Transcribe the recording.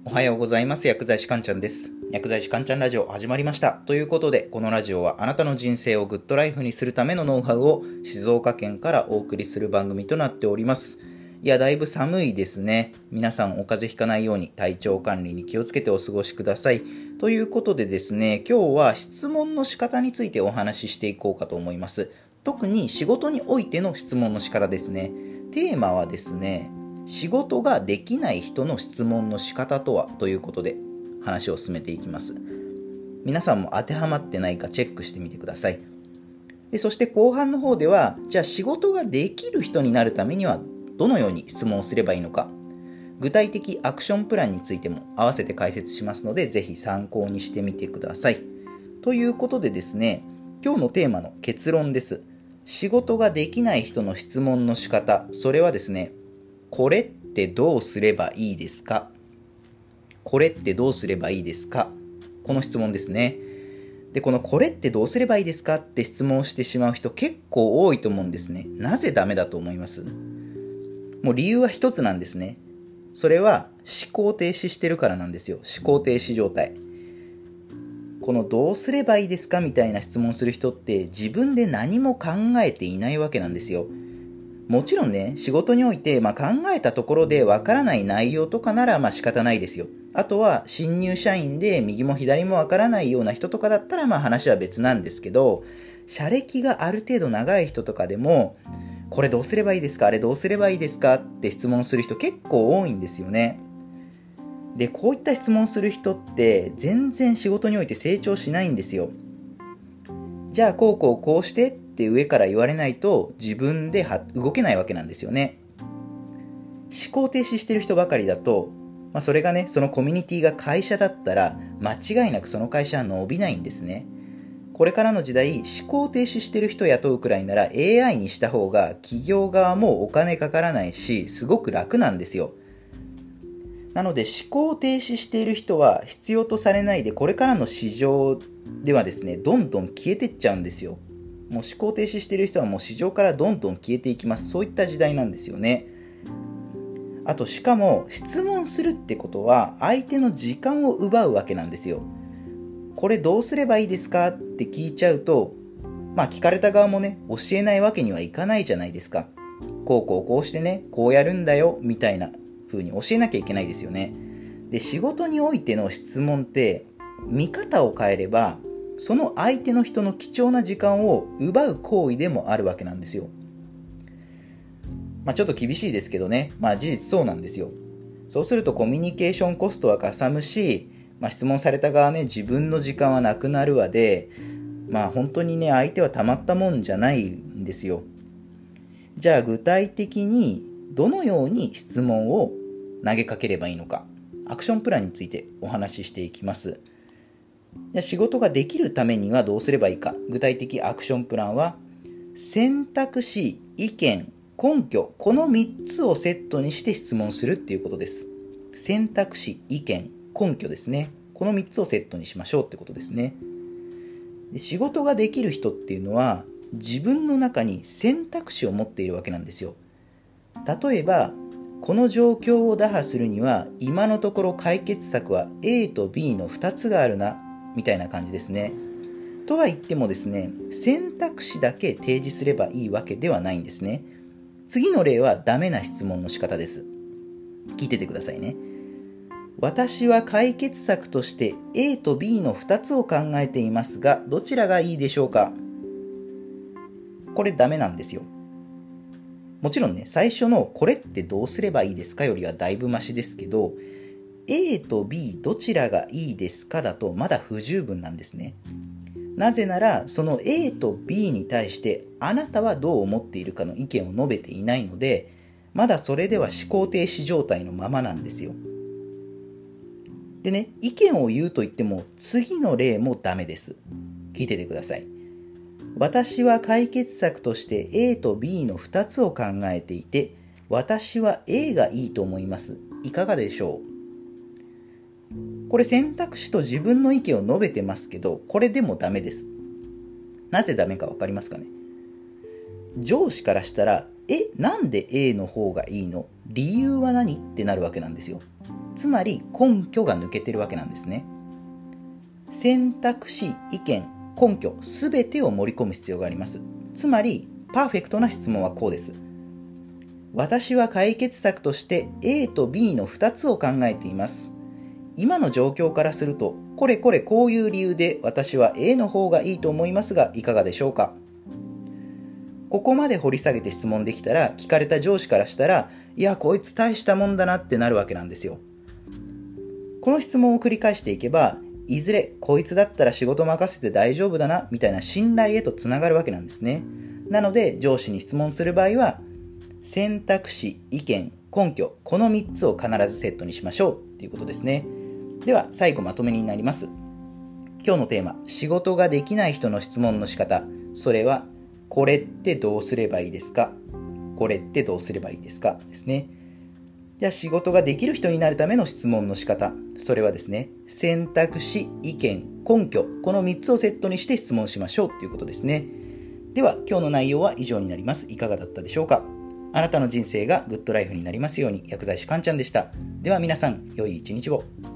おはようございます。薬剤師かんちゃんです。薬剤師かんちゃんラジオ始まりました。ということで、このラジオはあなたの人生をグッドライフにするためのノウハウを静岡県からお送りする番組となっております。いや、だいぶ寒いですね。皆さんお風邪ひかないように体調管理に気をつけてお過ごしください。ということでですね、今日は質問の仕方についてお話ししていこうかと思います。特に仕事においての質問の仕方ですね。テーマはですね、仕事ができない人の質問の仕方とはということで話を進めていきます。皆さんも当てはまってないかチェックしてみてください。でそして後半の方では、じゃあ仕事ができる人になるためにはどのように質問をすればいいのか、具体的アクションプランについても合わせて解説しますので、ぜひ参考にしてみてください。ということでですね、今日のテーマの結論です。仕事ができない人の質問の仕方、それはですね、これってどうすればいいですか？これってどうすればいいですか？この質問ですね。で、このこれってどうすればいいですかって質問をしてしまう人結構多いと思うんですね。なぜダメだと思います？もう理由は一つなんですね。それは思考停止してるからなんですよ。思考停止状態。このどうすればいいですかみたいな質問する人って自分で何も考えていないわけなんですよ。もちろんね、仕事において、考えたところでわからない内容とかなら仕方ないですよ。あとは新入社員で右も左もわからないような人とかだったら話は別なんですけど、社歴がある程度長い人とかでも、これどうすればいいですか、あれどうすればいいですかって質問する人結構多いんですよね。で、こういった質問する人って全然仕事において成長しないんですよ。じゃあこうしてって上から言われないと自分で動けないわけなんですよね。思考停止してる人ばかりだと、それがね、そのコミュニティが会社だったら間違いなくその会社は伸びないんですね。これからの時代、思考停止してる人雇うくらいなら AI にした方が企業側もお金かからないし、すごく楽なんですよ。なので思考停止している人は必要とされないで、これからの市場ではですね、どんどん消えてっちゃうんですよ。もう思考停止している人はもう市場からどんどん消えていきます。そういった時代なんですよね。あとしかも質問するってことは相手の時間を奪うわけなんですよ。これどうすればいいですかって聞いちゃうと、聞かれた側もね、教えないわけにはいかないじゃないですか。こうしてね、こうやるんだよみたいな風に教えなきゃいけないですよね。で、仕事においての質問って見方を変えればその相手の人の貴重な時間を奪う行為でもあるわけなんですよ。ちょっと厳しいですけどね、事実そうなんですよ。そうするとコミュニケーションコストはかさむし、質問された側ね、自分の時間はなくなるわで、本当にね、相手はたまったもんじゃないんですよ。じゃあ具体的にどのように質問を投げかければいいのか、アクションプランについてお話ししていきます。じゃあ仕事ができるためにはどうすればいいか。具体的アクションプランは、選択肢、意見、根拠、この3つをセットにして質問するっていうことです。選択肢、意見、根拠ですね。この3つをセットにしましょうってことですね。で、仕事ができる人っていうのは自分の中に選択肢を持っているわけなんですよ。例えばこの状況を打破するには今のところ解決策は A と B の2つがあるなみたいな感じですね。とは言ってもですね、選択肢だけ提示すればいいわけではないんですね。次の例はダメな質問の仕方です。聞いててくださいね。私は解決策として A と B の2つを考えていますが、どちらがいいでしょうか？これダメなんですよ。もちろんね、最初のこれってどうすればいいですかよりはだいぶマシですけど、A と B どちらがいいですかだとまだ不十分なんですね。なぜならその A と B に対してあなたはどう思っているかの意見を述べていないので、まだそれでは思考停止状態のままなんですよ。でね、意見を言うと言っても次の例もダメです。聞いててください。私は解決策として A と B の2つを考えていて、私は A がいいと思います。いかがでしょう？これ選択肢と自分の意見を述べてますけど、これでもダメです。なぜダメかわかりますかね？上司からしたらなんで A の方がいいの？理由は何？ってなるわけなんですよ。つまり根拠が抜けてるわけなんですね。選択肢、意見、根拠、すべてを盛り込む必要があります。つまりパーフェクトな質問はこうです。私は解決策として A と B の2つを考えています。今の状況からすると、これこういう理由で私は A の方がいいと思いますが、いかがでしょうか？ここまで掘り下げて質問できたら、聞かれた上司からしたら、いや、こいつ大したもんだなってなるわけなんですよ。この質問を繰り返していけば、いずれこいつだったら仕事任せて大丈夫だなみたいな信頼へとつながるわけなんですね。なので上司に質問する場合は、選択肢、意見、根拠、この3つを必ずセットにしましょうということですね。では最後まとめになります。今日のテーマ、仕事ができない人の質問の仕方。それは、これってどうすればいいですか？これってどうすればいいですか？ですね。じゃあ仕事ができる人になるための質問の仕方。それはですね、選択肢、意見、根拠、この3つをセットにして質問しましょうということですね。では今日の内容は以上になります。いかがだったでしょうか？あなたの人生がグッドライフになりますように。薬剤師かんちゃんでした。では皆さん、良い一日を。